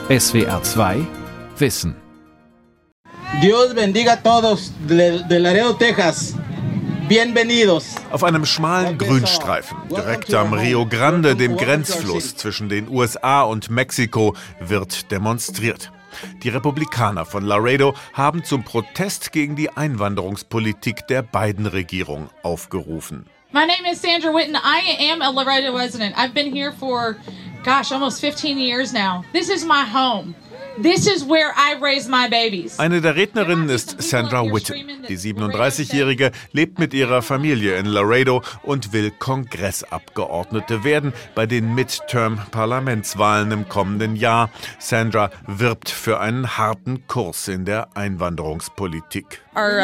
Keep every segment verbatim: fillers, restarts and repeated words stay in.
S W R zwei Wissen. Dios bendiga a todos de Laredo, Texas. Bienvenidos. Auf einem schmalen Grünstreifen, direkt am Rio Grande, dem Grenzfluss zwischen den U S A und Mexiko, wird demonstriert. Die Republikaner von Laredo haben zum Protest gegen die Einwanderungspolitik der Biden-Regierung aufgerufen. My name is Sandra Whitten. I am a Laredo resident. I've been here for, gosh, almost fifteen years now. This is my home. This is where I raise my babies. Eine der Rednerinnen ist Sandra Whitten. Die siebenunddreißigjährige lebt mit ihrer Familie in Laredo und will Kongressabgeordnete werden bei den Midterm-Parlamentswahlen im kommenden Jahr. Sandra wirbt für einen harten Kurs in der Einwanderungspolitik.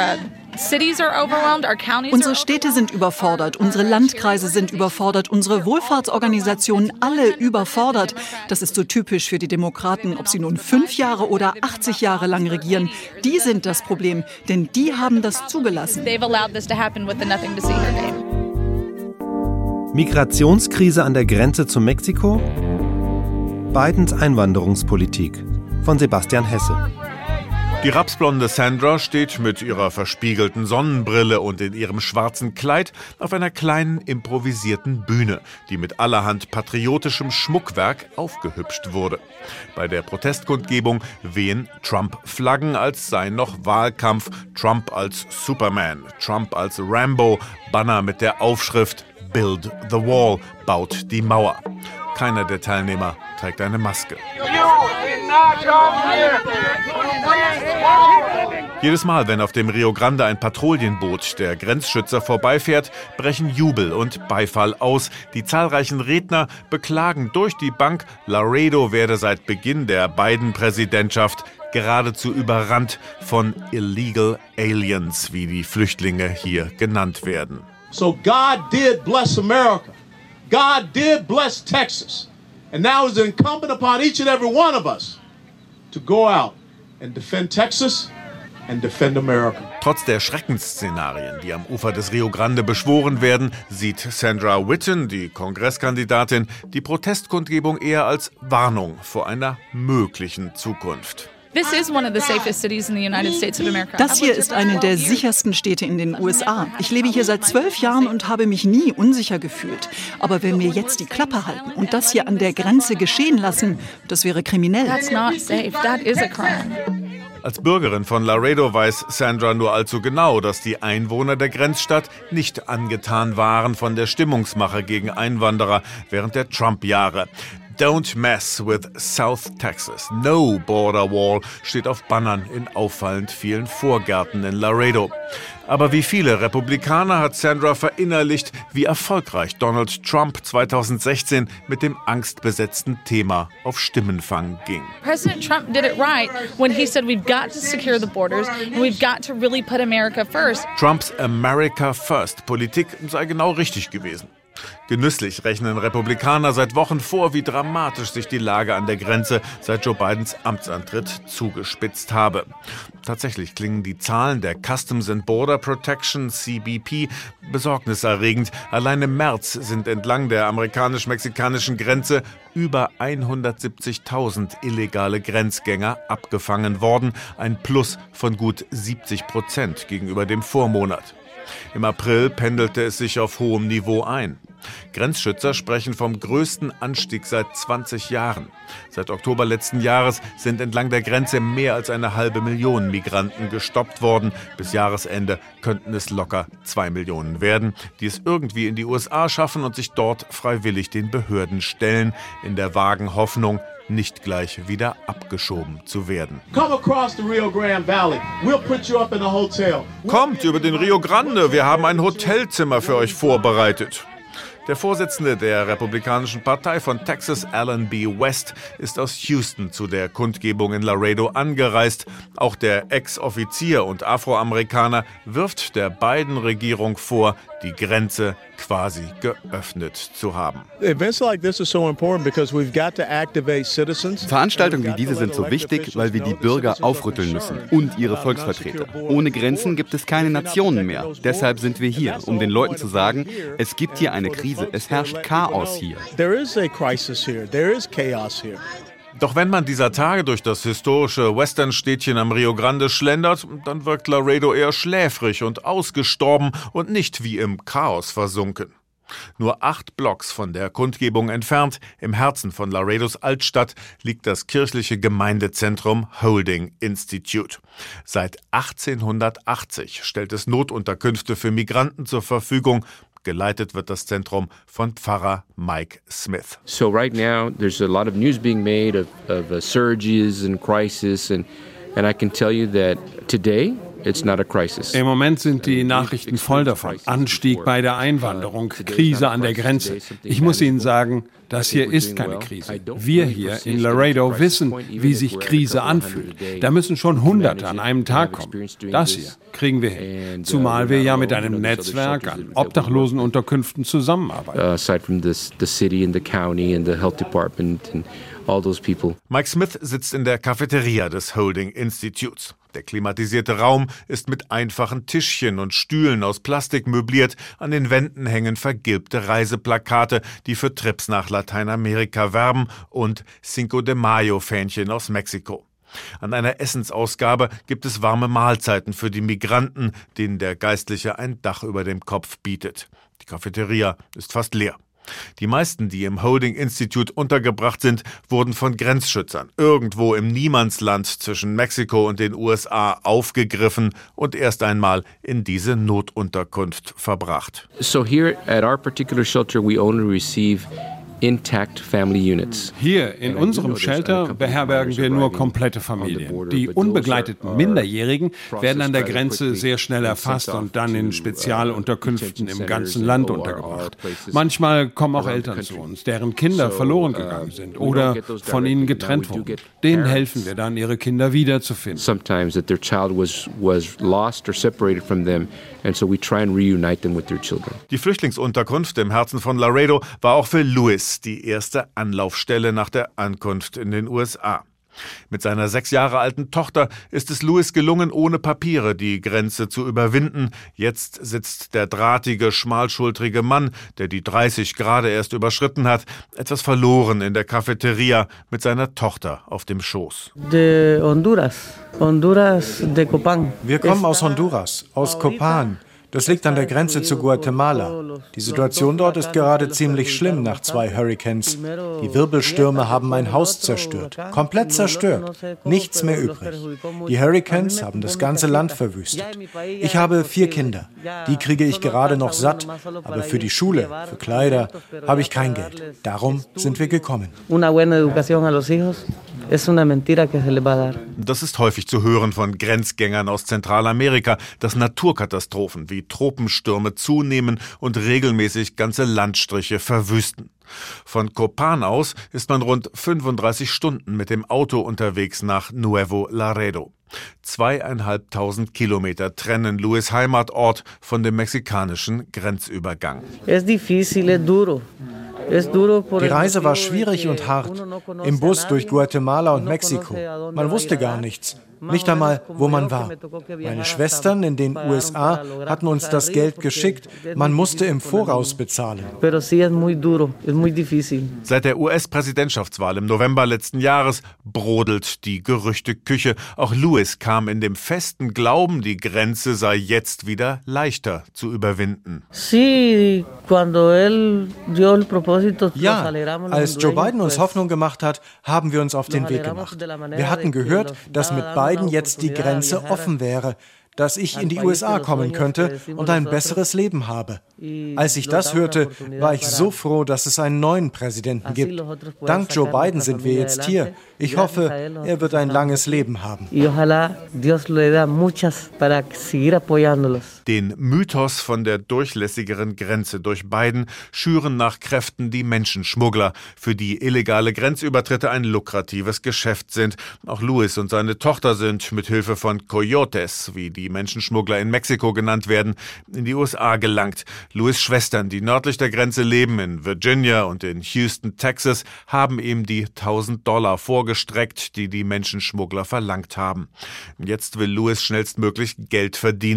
Unsere Städte sind überfordert, unsere Landkreise sind überfordert, unsere Wohlfahrtsorganisationen alle überfordert. Das ist so typisch für die Demokraten, ob sie nun fünf Jahre oder achtzig Jahre lang regieren. Die sind das Problem, denn die haben das zugelassen. Migrationskrise an der Grenze zu Mexiko? Bidens Einwanderungspolitik von Sebastian Hesse. Die rapsblonde Sandra steht mit ihrer verspiegelten Sonnenbrille und in ihrem schwarzen Kleid auf einer kleinen improvisierten Bühne, die mit allerhand patriotischem Schmuckwerk aufgehübscht wurde. Bei der Protestkundgebung wehen Trump-Flaggen, als sei noch Wahlkampf, Trump als Superman, Trump als Rambo, Banner mit der Aufschrift Build the Wall, baut die Mauer. Keiner der Teilnehmer trägt eine Maske. Jedes Mal, wenn auf dem Rio Grande ein Patrouillenboot der Grenzschützer vorbeifährt, brechen Jubel und Beifall aus. Die zahlreichen Redner beklagen durch die Bank, Laredo werde seit Beginn der Biden-Präsidentschaft geradezu überrannt von Illegal Aliens, wie die Flüchtlinge hier genannt werden. So God did bless America. God did bless Texas. And now it's incumbent upon each and every one of us to go out and defend Texas and defend America. Trotz der Schreckensszenarien, die am Ufer des Rio Grande beschworen werden, sieht Sandra Whitten, die Kongresskandidatin, die Protestkundgebung eher als Warnung vor einer möglichen Zukunft. Das hier ist eine der sichersten Städte in den U S A. Ich lebe hier seit zwölf Jahren und habe mich nie unsicher gefühlt. Aber wenn wir jetzt die Klappe halten und das hier an der Grenze geschehen lassen, das wäre kriminell. Als Bürgerin von Laredo weiß Sandra nur allzu genau, dass die Einwohner der Grenzstadt nicht angetan waren von der Stimmungsmache gegen Einwanderer während der Trump-Jahre. Don't mess with South Texas. No border wall steht auf Bannern in auffallend vielen Vorgärten in Laredo. Aber wie viele Republikaner hat Sandra verinnerlicht, wie erfolgreich Donald Trump zweitausendsechzehn mit dem angstbesetzten Thema auf Stimmenfang ging. President Trump did it right when he said we've got to secure the borders and we've got to really put America first. Trumps America First Politik sei genau richtig gewesen. Genüsslich rechnen Republikaner seit Wochen vor, wie dramatisch sich die Lage an der Grenze seit Joe Bidens Amtsantritt zugespitzt habe. Tatsächlich klingen die Zahlen der Customs and Border Protection, C B P, besorgniserregend. Allein im März sind entlang der amerikanisch-mexikanischen Grenze über hundertsiebzigtausend illegale Grenzgänger abgefangen worden, ein Plus von gut siebzig Prozent gegenüber dem Vormonat. Im April pendelte es sich auf hohem Niveau ein. Grenzschützer sprechen vom größten Anstieg seit zwanzig Jahren. Seit Oktober letzten Jahres sind entlang der Grenze mehr als eine halbe Million Migranten gestoppt worden. Bis Jahresende könnten es locker zwei Millionen werden, die es irgendwie in die U S A schaffen und sich dort freiwillig den Behörden stellen, in der vagen Hoffnung, nicht gleich wieder abgeschoben zu werden. Kommt über den Rio Grande, wir haben ein Hotelzimmer für euch vorbereitet. Der Vorsitzende der Republikanischen Partei von Texas, Alan B. West, ist aus Houston zu der Kundgebung in Laredo angereist. Auch der Ex-Offizier und Afroamerikaner wirft der Biden-Regierung vor, die Grenze quasi geöffnet zu haben. Veranstaltungen wie diese sind so wichtig, weil wir die Bürger aufrütteln müssen und ihre Volksvertreter. Ohne Grenzen gibt es keine Nationen mehr. Deshalb sind wir hier, um den Leuten zu sagen, es gibt hier eine Krise, es herrscht Chaos hier. Doch wenn man dieser Tage durch das historische Westernstädtchen am Rio Grande schlendert, dann wirkt Laredo eher schläfrig und ausgestorben und nicht wie im Chaos versunken. Nur acht Blocks von der Kundgebung entfernt, im Herzen von Laredos Altstadt, liegt das kirchliche Gemeindezentrum Holding Institute. Seit achtzehnhundertachtzig stellt es Notunterkünfte für Migranten zur Verfügung. Geleitet wird das Zentrum von Pfarrer Mike Smith. So right now there's a lot of news being made of, of uh, surges and crisis and and I can tell you that today it's not a crisis. Im Moment sind die Nachrichten voll davon. Anstieg bei der Einwanderung, Krise an der Grenze. Ich muss Ihnen sagen, das hier ist keine Krise. Wir hier in Laredo wissen, wie sich Krise anfühlt. Da müssen schon Hunderte an einem Tag kommen. Das hier kriegen wir hin. Zumal wir ja mit einem Netzwerk an Obdachlosenunterkünften zusammenarbeiten. Aside from this, the city and the county and the health department and all those people. Mike Smith sitzt in der Cafeteria des Holding Institutes. Der klimatisierte Raum ist mit einfachen Tischchen und Stühlen aus Plastik möbliert. An den Wänden hängen vergilbte Reiseplakate, die für Trips nach Lateinamerika werben, und Cinco de Mayo-Fähnchen aus Mexiko. An einer Essensausgabe gibt es warme Mahlzeiten für die Migranten, denen der Geistliche ein Dach über dem Kopf bietet. Die Cafeteria ist fast leer. Die meisten, die im Holding Institute untergebracht sind, wurden von Grenzschützern irgendwo im Niemandsland zwischen Mexiko und den U S A aufgegriffen und erst einmal in diese Notunterkunft verbracht. So here at our particular shelter we only receive intact family units. Hier in unserem Shelter beherbergen wir nur komplette Familien. Die unbegleiteten Minderjährigen werden an der Grenze sehr schnell erfasst und dann in Spezialunterkünften im ganzen Land untergebracht. Manchmal kommen auch Eltern zu uns, deren Kinder verloren gegangen sind oder von ihnen getrennt wurden. Denen helfen wir dann, ihre Kinder wiederzufinden. Sometimes that their child was was lost or separated from them, and so we try and reunite them with their children. Die Flüchtlingsunterkunft im Herzen von Laredo war auch für Louis die erste Anlaufstelle nach der Ankunft in den U S A. Mit seiner sechs Jahre alten Tochter ist es Louis gelungen, ohne Papiere die Grenze zu überwinden. Jetzt sitzt der drahtige, schmalschultrige Mann, der die dreißig gerade erst überschritten hat, etwas verloren in der Cafeteria mit seiner Tochter auf dem Schoß. De Honduras. Honduras de Copan. Wir kommen aus Honduras, aus Copan. Das liegt an der Grenze zu Guatemala. Die Situation dort ist gerade ziemlich schlimm nach zwei Hurricanes. Die Wirbelstürme haben mein Haus zerstört, komplett zerstört, nichts mehr übrig. Die Hurricanes haben das ganze Land verwüstet. Ich habe vier Kinder, die kriege ich gerade noch satt, aber für die Schule, für Kleider habe ich kein Geld. Darum sind wir gekommen. Das ist häufig zu hören von Grenzgängern aus Zentralamerika, dass Naturkatastrophen wie Tropenstürme zunehmen und regelmäßig ganze Landstriche verwüsten. Von Copan aus ist man rund fünfunddreißig Stunden mit dem Auto unterwegs nach Nuevo Laredo. Zweieinhalbtausend Kilometer trennen Louis' Heimatort von dem mexikanischen Grenzübergang. Es difícil, es duro. Die Reise war schwierig und hart. Im Bus durch Guatemala und Mexiko. Man wusste gar nichts. Nicht einmal, wo man war. Meine Schwestern in den U S A hatten uns das Geld geschickt. Man musste im Voraus bezahlen. Seit der U S-Präsidentschaftswahl im November letzten Jahres brodelt die Gerüchteküche. Auch Louis kam in dem festen Glauben, die Grenze sei jetzt wieder leichter zu überwinden. Ja, als Joe Biden uns Hoffnung gemacht hat, haben wir uns auf den Weg gemacht. Wir hatten gehört, dass mit Biden jetzt die Grenze offen wäre, dass ich in die U S A kommen könnte und ein besseres Leben habe. Als ich das hörte, war ich so froh, dass es einen neuen Präsidenten gibt. Dank Joe Biden sind wir jetzt hier. Ich hoffe, er wird ein langes Leben haben. Den Mythos von der durchlässigeren Grenze durch Biden schüren nach Kräften die Menschenschmuggler, für die illegale Grenzübertritte ein lukratives Geschäft sind. Auch Louis und seine Tochter sind mit Hilfe von Coyotes, wie die Menschenschmuggler in Mexiko genannt werden, in die U S A gelangt. Louis' Schwestern, die nördlich der Grenze leben, in Virginia und in Houston, Texas, haben ihm die tausend Dollar vorgestreckt, die die Menschenschmuggler verlangt haben. Jetzt will Louis schnellstmöglich Geld verdienen.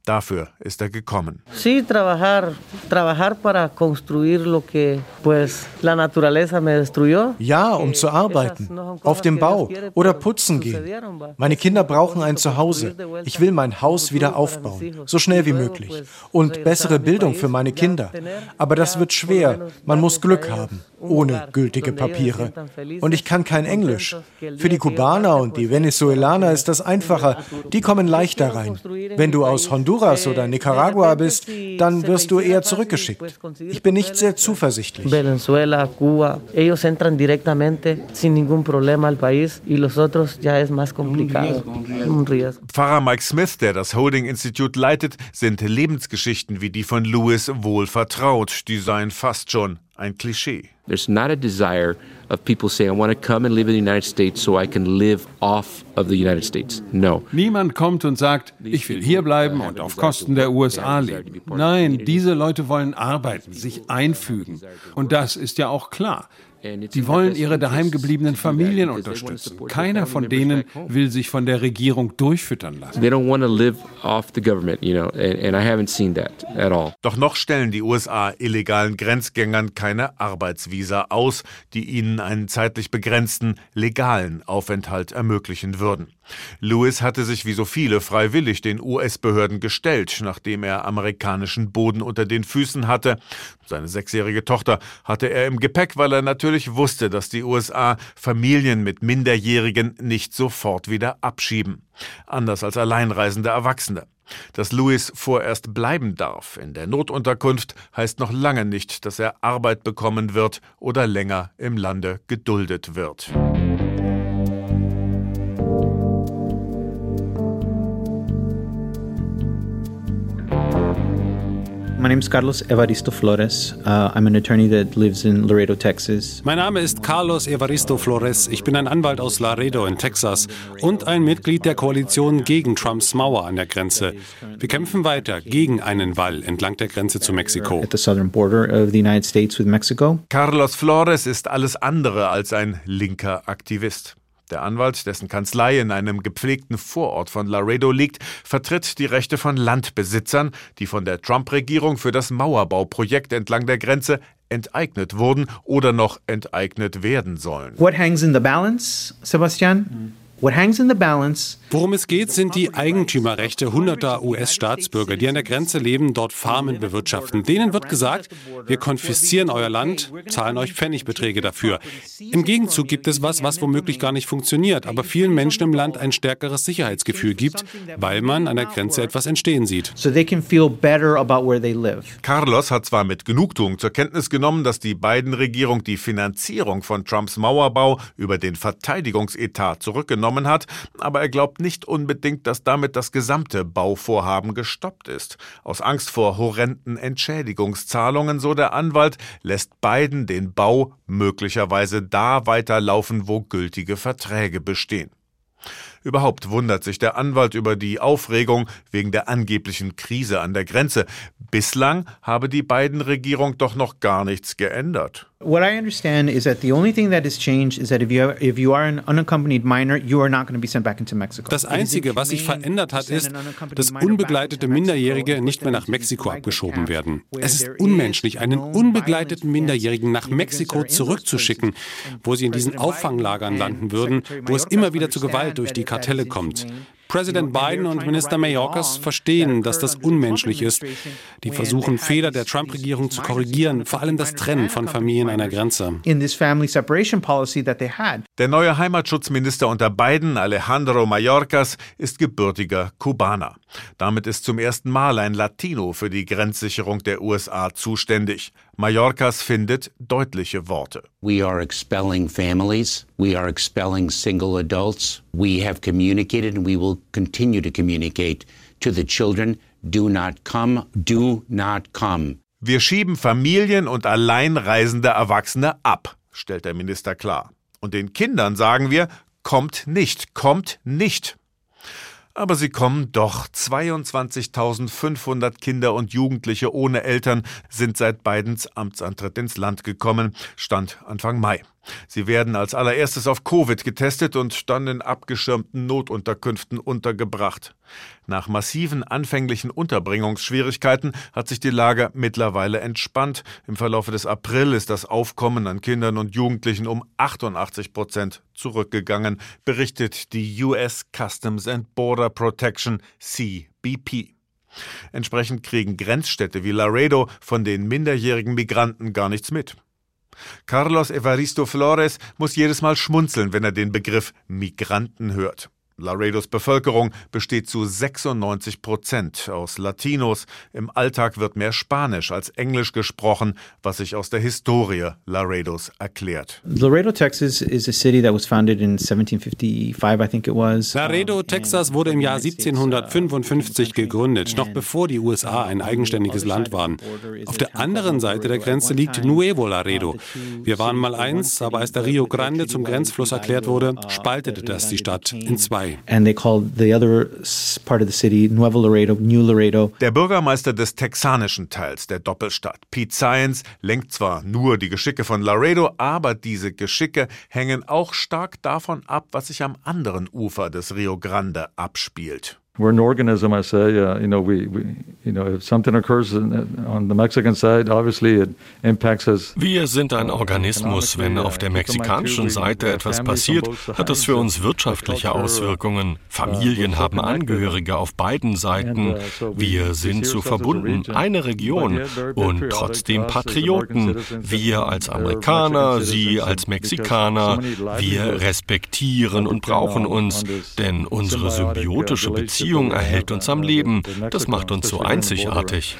Dafür ist er gekommen. Sí, trabajar, trabajar para construir lo que, pues, la naturaleza me destruyó. Ja, um zu arbeiten, auf dem Bau oder putzen gehen. Meine Kinder brauchen ein Zuhause. Ich will mein Haus wieder aufbauen, so schnell wie möglich. Und bessere Bildung für meine Kinder. Aber das wird schwer. Man muss Glück haben, ohne gültige Papiere. Und ich kann kein Englisch. Für die Kubaner und die Venezuelaner ist das einfacher. Die kommen leichter rein. Wenn du aus Honduras oder Nicaragua bist, dann wirst du eher zurückgeschickt. Ich bin nicht sehr zuversichtlich. Venezuela, Cuba, ellos entran directamente sin ningún problema al país y los otros ya es más complicado. Un riesgo. Pfarrer Mike Smith, der das Holding Institute leitet, sind Lebensgeschichten wie die von Lewis wohl vertraut. Die seien fast schon ein Klischee. There's not a desire of people saying, I want to come and live in the United States so I can live off of the United States. No. Niemand kommt und sagt, ich will hier bleiben und auf Kosten der U S A leben. Nein, diese Leute wollen arbeiten, sich einfügen. Und das ist ja auch klar. Die wollen ihre daheimgebliebenen Familien unterstützen. Keiner von denen will sich von der Regierung durchfüttern lassen. They don't want to live off the government, you know, and, and I haven't seen that at all. Doch noch stellen die U S A illegalen Grenzgängern keine Arbeitsvisa aus, die ihnen einen zeitlich begrenzten, legalen Aufenthalt ermöglichen würden. Lewis hatte sich wie so viele freiwillig den U S-Behörden gestellt, nachdem er amerikanischen Boden unter den Füßen hatte. Seine sechsjährige Tochter hatte er im Gepäck, weil er natürlich wusste, dass die U S A Familien mit Minderjährigen nicht sofort wieder abschieben. Anders als alleinreisende Erwachsene. Dass Lewis vorerst bleiben darf in der Notunterkunft, heißt noch lange nicht, dass er Arbeit bekommen wird oder länger im Lande geduldet wird. My name is Carlos Evaristo Flores. Uh, I'm an attorney that lives in Laredo, Texas. Mein Name ist Carlos Evaristo Flores. Ich bin ein Anwalt aus Laredo in Texas und ein Mitglied der Koalition gegen Trumps Mauer an der Grenze. Wir kämpfen weiter gegen einen Wall entlang der Grenze zu Mexiko. At the southern border of the United States with Mexico. Carlos Flores ist alles andere als ein linker Aktivist. Der Anwalt, dessen Kanzlei in einem gepflegten Vorort von Laredo liegt, vertritt die Rechte von Landbesitzern, die von der Trump-Regierung für das Mauerbauprojekt entlang der Grenze enteignet wurden oder noch enteignet werden sollen. What hangs in the balance, Sebastian? What hangs in the balance? Worum es geht, sind die Eigentümerrechte hunderter U S-Staatsbürger, die an der Grenze leben, dort Farmen bewirtschaften. Denen wird gesagt, wir konfiszieren euer Land, zahlen euch Pfennigbeträge dafür. Im Gegenzug gibt es was, was womöglich gar nicht funktioniert, aber vielen Menschen im Land ein stärkeres Sicherheitsgefühl gibt, weil man an der Grenze etwas entstehen sieht. So they can feel better about where they live. Carlos hat zwar mit Genugtuung zur Kenntnis genommen, dass die Biden-Regierung die Finanzierung von Trumps Mauerbau über den Verteidigungsetat zurückgenommen hat, aber er glaubt nicht unbedingt, dass damit das gesamte Bauvorhaben gestoppt ist. Aus Angst vor horrenden Entschädigungszahlungen, so der Anwalt, lässt Biden den Bau möglicherweise da weiterlaufen, wo gültige Verträge bestehen. Überhaupt wundert sich der Anwalt über die Aufregung wegen der angeblichen Krise an der Grenze. Bislang habe die Biden-Regierung doch noch gar nichts geändert. What I understand is that the only thing that has changed is that if you are, if you are an unaccompanied minor, you are not going to be sent back into Mexico. Das Einzige, was sich verändert hat, ist, dass unbegleitete Minderjährige nicht mehr nach Mexiko abgeschoben werden. Es ist unmenschlich, einen unbegleiteten Minderjährigen nach Mexiko zurückzuschicken, wo sie in diesen Auffanglagern landen würden, wo es immer wieder zu Gewalt durch die Kartelle kommt. Präsident Biden und Minister Mayorkas verstehen, dass das unmenschlich ist. Die versuchen, Fehler der Trump-Regierung zu korrigieren, vor allem das Trennen von Familien an der Grenze. Der neue Heimatschutzminister unter Biden, Alejandro Mayorkas, ist gebürtiger Kubaner. Damit ist zum ersten Mal ein Latino für die Grenzsicherung der U S A zuständig. Mayorkas findet deutliche Worte. We are expelling families. We are expelling single adults. We have communicated and we will continue to communicate to the children. Do not come. Do not come. Wir schieben Familien und alleinreisende Erwachsene ab, stellt der Minister klar. Und den Kindern sagen wir, kommt nicht, kommt nicht. Aber sie kommen doch. zweiundzwanzigtausendfünfhundert Kinder und Jugendliche ohne Eltern sind seit Bidens Amtsantritt ins Land gekommen, Stand Anfang Mai. Sie werden als allererstes auf Covid getestet und dann in abgeschirmten Notunterkünften untergebracht. Nach massiven anfänglichen Unterbringungsschwierigkeiten hat sich die Lage mittlerweile entspannt. Im Verlauf des April ist das Aufkommen an Kindern und Jugendlichen um achtundachtzig Prozent zurückgegangen, berichtet die U S Customs and Border Protection, C B P. Entsprechend kriegen Grenzstädte wie Laredo von den minderjährigen Migranten gar nichts mit. Carlos Evaristo Flores muss jedes Mal schmunzeln, wenn er den Begriff Migranten hört. Laredos Bevölkerung besteht zu sechsundneunzig Prozent aus Latinos. Im Alltag wird mehr Spanisch als Englisch gesprochen, was sich aus der Historie Laredos erklärt. Laredo, Texas is a city that was founded in seventeen fifty-five, I think it was. Laredo, Texas wurde im Jahr siebzehnhundertfünfundfünfzig gegründet, noch bevor die U S A ein eigenständiges Land waren. Auf der anderen Seite der Grenze liegt Nuevo Laredo. Wir waren mal eins, aber als der Rio Grande zum Grenzfluss erklärt wurde, spaltete das die Stadt in zwei. And they called the other part of the city Nuevo Laredo, New Laredo. Der Bürgermeister des texanischen Teils der Doppelstadt, Pete Saenz, lenkt zwar nur die Geschicke von Laredo, aber diese Geschicke hängen auch stark davon ab, was sich am anderen Ufer des Rio Grande abspielt. We're an organism, I say. Uh, you know, we, we, you know, if something occurs on the Mexican side, obviously it impacts us. Wir sind ein Organismus. Wenn auf der mexikanischen Seite etwas passiert, hat das für uns wirtschaftliche Auswirkungen. Familien haben Angehörige auf beiden Seiten. Wir sind zu verbunden, eine Region und trotzdem Patrioten. Wir als Amerikaner, Sie als Mexikaner. Wir respektieren und brauchen uns, denn unsere symbiotische Beziehung erhält uns am Leben. Das macht uns so einzigartig.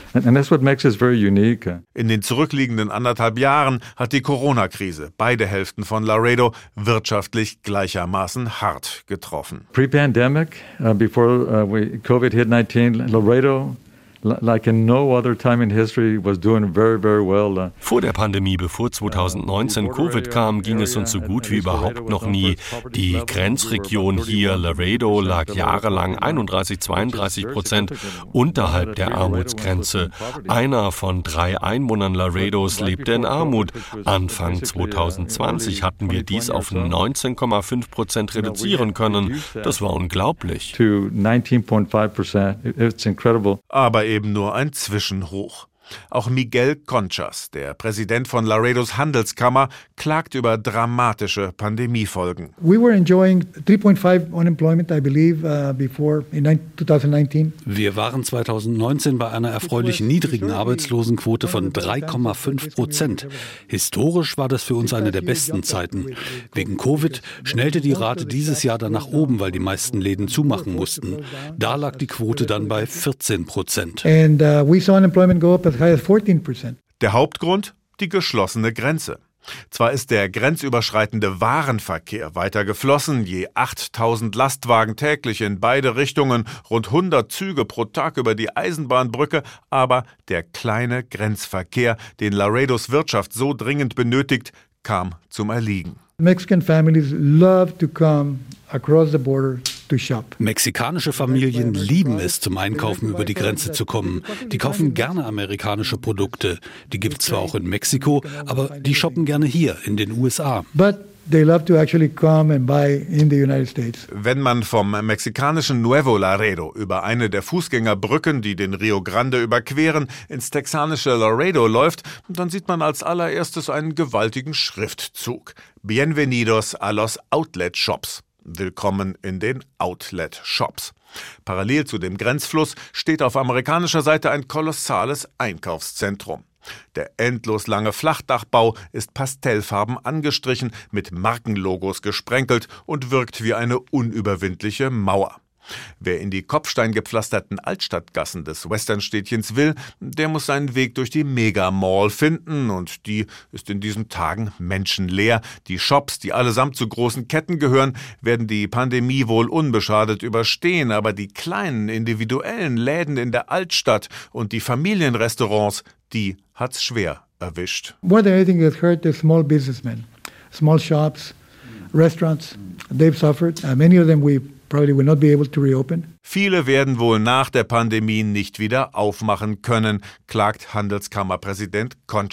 In den zurückliegenden anderthalb Jahren hat die Corona-Krise beide Hälften von Laredo wirtschaftlich gleichermaßen hart getroffen. Pre-pandemic, uh, before uh, we, COVID hit nineteen, Laredo like in no other time in history was doing very, very well. Vor der Pandemie, bevor zweitausendneunzehn Covid kam, ging es uns so gut wie überhaupt noch nie. Die Grenzregion hier, Laredo, lag jahrelang einunddreißig, zweiunddreißig Prozent unterhalb der Armutsgrenze. Einer von drei Einwohnern Laredos lebte in Armut. Anfang zweitausendzwanzig hatten wir dies auf neunzehn Komma fünf Prozent reduzieren können. Das war unglaublich. To nineteen point five percent. It's incredible. Aber eben nur ein Zwischenhoch. Auch Miguel Conchas, der Präsident von Laredos Handelskammer, klagt über dramatische Pandemiefolgen. We were enjoying three point five unemployment, I believe, uh, before in twenty nineteen. Wir waren zweitausendneunzehn bei einer erfreulich niedrigen Arbeitslosenquote von drei Komma fünf Prozent. Historisch war das für uns eine der besten Zeiten. Wegen Covid schnellte die Rate dieses Jahr dann nach oben, weil die meisten Läden zumachen mussten. Da lag die Quote dann bei vierzehn Prozent. And uh, we saw unemployment go up as high as fourteen percent. Der Hauptgrund? Die geschlossene Grenze. Zwar ist der grenzüberschreitende Warenverkehr weiter geflossen, je achttausend Lastwagen täglich in beide Richtungen, rund hundert Züge pro Tag über die Eisenbahnbrücke, aber der kleine Grenzverkehr, den Laredos Wirtschaft so dringend benötigt, kam zum Erliegen. Mexican families love to come across the border to shop. Mexikanische Familien lieben es, zum Einkaufen über die Grenze zu kommen. Die kaufen gerne amerikanische Produkte. Die gibt es zwar auch in Mexiko, aber die shoppen gerne hier in den U S A. But they love to actually come and buy in the United States. Wenn man vom mexikanischen Nuevo Laredo über eine der Fußgängerbrücken, die den Rio Grande überqueren, ins texanische Laredo läuft, dann sieht man als allererstes einen gewaltigen Schriftzug. Bienvenidos a los Outlet Shops. Willkommen in den Outlet Shops. Parallel zu dem Grenzfluss steht auf amerikanischer Seite ein kolossales Einkaufszentrum. Der endlos lange Flachdachbau ist pastellfarben angestrichen, mit Markenlogos gesprenkelt und wirkt wie eine unüberwindliche Mauer. Wer in die kopfsteingepflasterten Altstadtgassen des Westernstädtchens will, der muss seinen Weg durch die Mega-Mall finden, und die ist in diesen Tagen menschenleer. Die Shops, die allesamt zu großen Ketten gehören, werden die Pandemie wohl unbeschadet überstehen, aber die kleinen individuellen Läden in der Altstadt und die Familienrestaurants, die hat's schwer erwischt. More than anything has hurt the small businessmen, small shops, restaurants. They've suffered. Uh, many of them we probably will not be able to reopen. Viele werden wohl nach der Pandemie nicht wieder aufmachen können, klagt Handelskammerpräsident Conchas.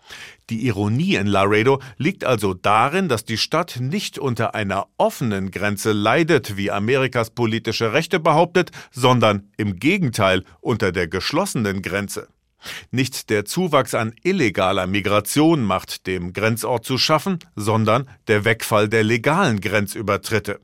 Die Ironie in Laredo liegt also darin, dass die Stadt nicht unter einer offenen Grenze leidet, wie Amerikas politische Rechte behauptet, sondern im Gegenteil unter der geschlossenen Grenze. Nicht der Zuwachs an illegaler Migration macht dem Grenzort zu schaffen, sondern der Wegfall der legalen Grenzübertritte.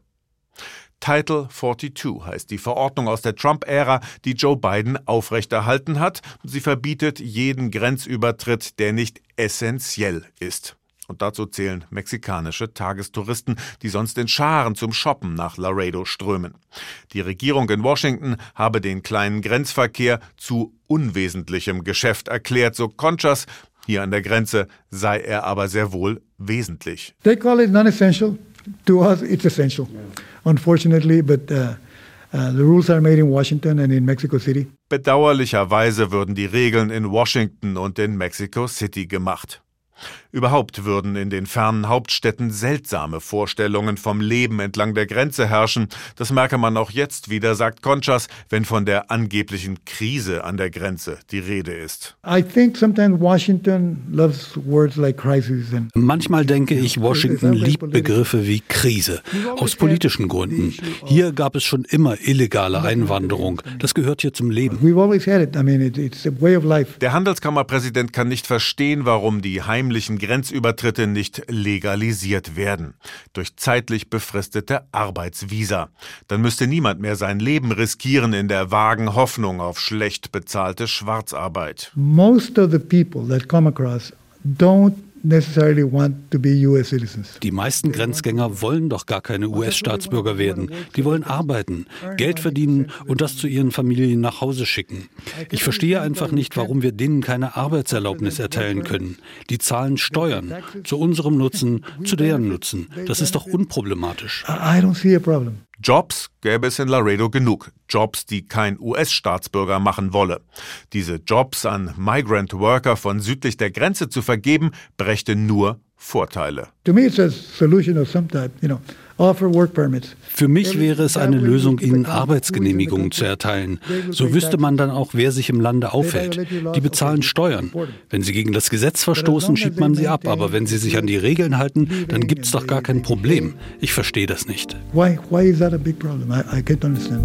Title zweiundvierzig heißt die Verordnung aus der Trump-Ära, die Joe Biden aufrechterhalten hat. Sie verbietet jeden Grenzübertritt, der nicht essentiell ist. Und dazu zählen mexikanische Tagestouristen, die sonst in Scharen zum Shoppen nach Laredo strömen. Die Regierung in Washington habe den kleinen Grenzverkehr zu unwesentlichem Geschäft erklärt, so Conchas. Hier an der Grenze sei er aber sehr wohl wesentlich. They call it non-essential. To us, it's essential. Unfortunately, but uh, uh, the rules are made in Washington and in Mexico City. Bedauerlicherweise würden die Regeln in Washington und in Mexico City gemacht. Überhaupt würden in den fernen Hauptstädten seltsame Vorstellungen vom Leben entlang der Grenze herrschen. Das merke man auch jetzt wieder, sagt Conchas, wenn von der angeblichen Krise an der Grenze die Rede ist. I think sometimes Washington loves words like crisis and Manchmal denke ich, Washington liebt Begriffe wie Krise. Aus politischen Gründen. Hier gab es schon immer illegale Einwanderung. Das gehört hier zum Leben. We've always had it. I mean, it's a way of life. Der Handelskammerpräsident kann nicht verstehen, warum die heimlichen Grenzübertritte nicht legalisiert werden. Durch zeitlich befristete Arbeitsvisa. Dann müsste niemand mehr sein Leben riskieren in der vagen Hoffnung auf schlecht bezahlte Schwarzarbeit. Most of the people that come across don't necessarily want to be U S citizens. Die meisten Grenzgänger wollen doch gar keine U S-Staatsbürger werden. Die wollen arbeiten, Geld verdienen und das zu ihren Familien nach Hause schicken. Ich verstehe einfach nicht, warum wir denen keine Arbeitserlaubnis erteilen können. Die zahlen Steuern, zu unserem Nutzen, zu deren Nutzen. Das ist doch unproblematisch. I don't see a problem. Jobs gäbe es in Laredo genug. Jobs, die kein U S-Staatsbürger machen wolle. Diese Jobs an Migrant Worker von südlich der Grenze zu vergeben, brächte nur Vorteile. To me, it's a solution of some type, you know. Offer work permits. Für mich wäre es eine Lösung, ihnen Arbeitsgenehmigungen zu erteilen. So wüsste man dann auch, wer sich im Lande aufhält. Die bezahlen Steuern. Wenn sie gegen das Gesetz verstoßen, schiebt man sie ab. Aber wenn sie sich an die Regeln halten, dann gibt es doch gar kein Problem. Ich verstehe das nicht. Why, why is that a big problem? I, I can't understand.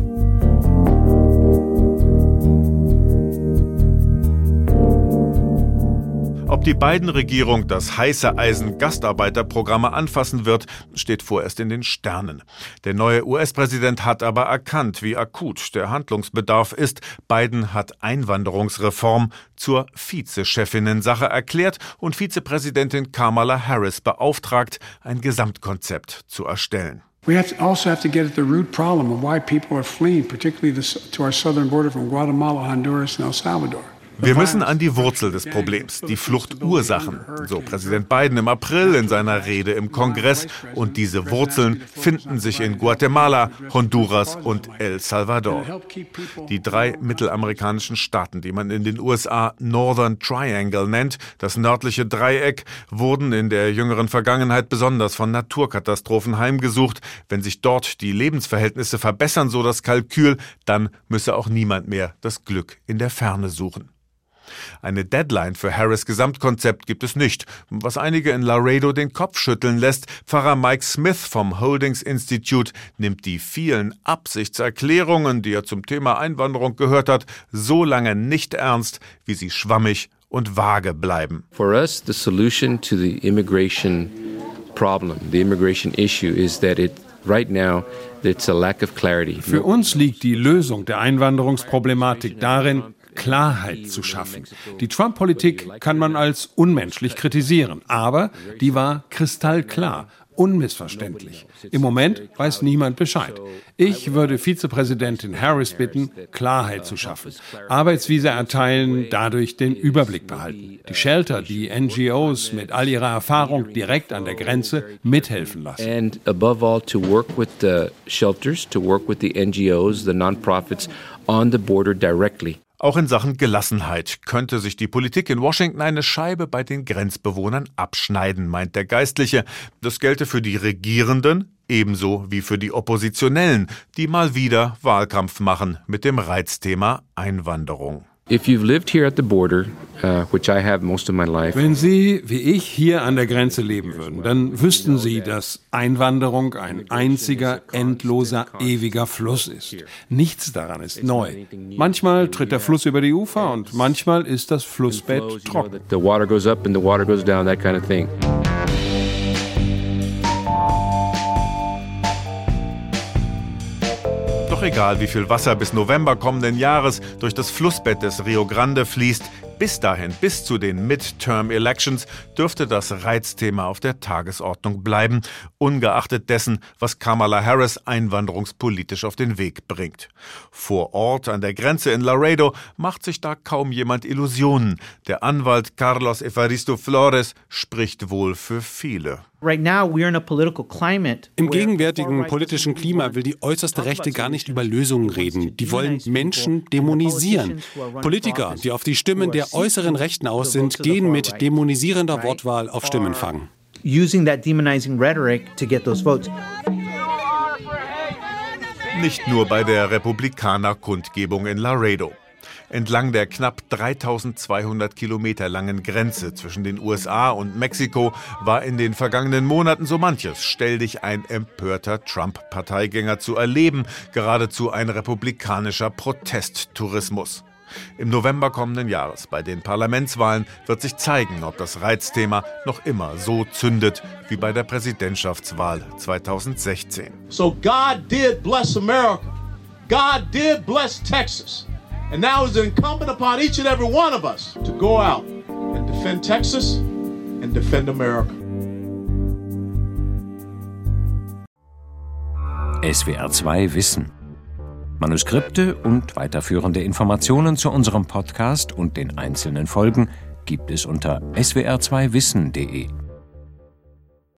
Ob die Biden-Regierung das heiße Eisen Gastarbeiterprogramme anfassen wird, steht vorerst in den Sternen. Der neue U S-Präsident hat aber erkannt, wie akut der Handlungsbedarf ist. Biden hat Einwanderungsreform zur Vizechefinnen-Sache erklärt und Vizepräsidentin Kamala Harris beauftragt, ein Gesamtkonzept zu erstellen. We have to also have to get at the root problem of why people are fleeing, particularly this, to our southern border from Guatemala, Honduras and El Salvador. Wir müssen an die Wurzel des Problems, die Fluchtursachen, so Präsident Biden im April in seiner Rede im Kongress. Und diese Wurzeln finden sich in Guatemala, Honduras und El Salvador. Die drei mittelamerikanischen Staaten, die man in den U S A Northern Triangle nennt, das nördliche Dreieck, wurden in der jüngeren Vergangenheit besonders von Naturkatastrophen heimgesucht. Wenn sich dort die Lebensverhältnisse verbessern, so das Kalkül, dann müsse auch niemand mehr das Glück in der Ferne suchen. Eine Deadline für Harris' Gesamtkonzept gibt es nicht, was einige in Laredo den Kopf schütteln lässt. Pfarrer Mike Smith vom Holdings Institute nimmt die vielen Absichtserklärungen, die er zum Thema Einwanderung gehört hat, so lange nicht ernst, wie sie schwammig und vage bleiben. For us, the solution to the immigration problem, the immigration issue, is that it right now it's a lack of clarity. Für uns liegt die Lösung der Einwanderungsproblematik darin, Klarheit zu schaffen. Die Trump-Politik kann man als unmenschlich kritisieren, aber die war kristallklar, unmissverständlich. Im Moment weiß niemand Bescheid. Ich würde Vizepräsidentin Harris bitten, Klarheit zu schaffen. Arbeitsvisa erteilen, dadurch den Überblick behalten. Die Shelter, die N G Os mit all ihrer Erfahrung direkt an der Grenze mithelfen lassen. And above all, to work with the shelters, to work with the N G Os, the non-profits on the border directly. Auch in Sachen Gelassenheit könnte sich die Politik in Washington eine Scheibe bei den Grenzbewohnern abschneiden, meint der Geistliche. Das gelte für die Regierenden ebenso wie für die Oppositionellen, die mal wieder Wahlkampf machen mit dem Reizthema Einwanderung. If you've lived here at the border, uh, which I have most of my life. Wenn Sie, wie ich, hier an der Grenze leben würden, dann wüssten Sie, dass Einwanderung ein einziger, endloser, ewiger Fluss ist. Nichts daran ist neu. Manchmal tritt der Fluss über die Ufer und manchmal ist das Flussbett trocken. The water goes up and the water goes down, that kind of thing. Doch egal, wie viel Wasser bis November kommenden Jahres durch das Flussbett des Rio Grande fließt, bis dahin, bis zu den Midterm-Elections, dürfte das Reizthema auf der Tagesordnung bleiben, ungeachtet dessen, was Kamala Harris einwanderungspolitisch auf den Weg bringt. Vor Ort an der Grenze in Laredo macht sich da kaum jemand Illusionen. Der Anwalt Carlos Evaristo Flores spricht wohl für viele. Im gegenwärtigen politischen Klima will die äußerste Rechte gar nicht über Lösungen reden. Die wollen Menschen dämonisieren. Politiker, die auf die Stimmen der äußeren Rechten aus sind, gehen mit dämonisierender Wortwahl auf Stimmenfang. Using that demonizing rhetoric to get those votes. Nicht nur bei der Republikaner-Kundgebung in Laredo. Entlang der knapp dreitausendzweihundert Kilometer langen Grenze zwischen den U S A und Mexiko war in den vergangenen Monaten so manches stell dich ein empörter Trump-Parteigänger zu erleben, geradezu ein republikanischer Protesttourismus. Im November kommenden Jahres bei den Parlamentswahlen wird sich zeigen, ob das Reizthema noch immer so zündet wie bei der Präsidentschaftswahl zweitausendsechzehn. So God did bless America. God did bless Texas. And now it's incumbent upon each and every one of us to go out and defend Texas and defend America. S W R zwei Wissen. Manuskripte und weiterführende Informationen zu unserem Podcast und den einzelnen Folgen gibt es unter s w r zwei wissen punkt de.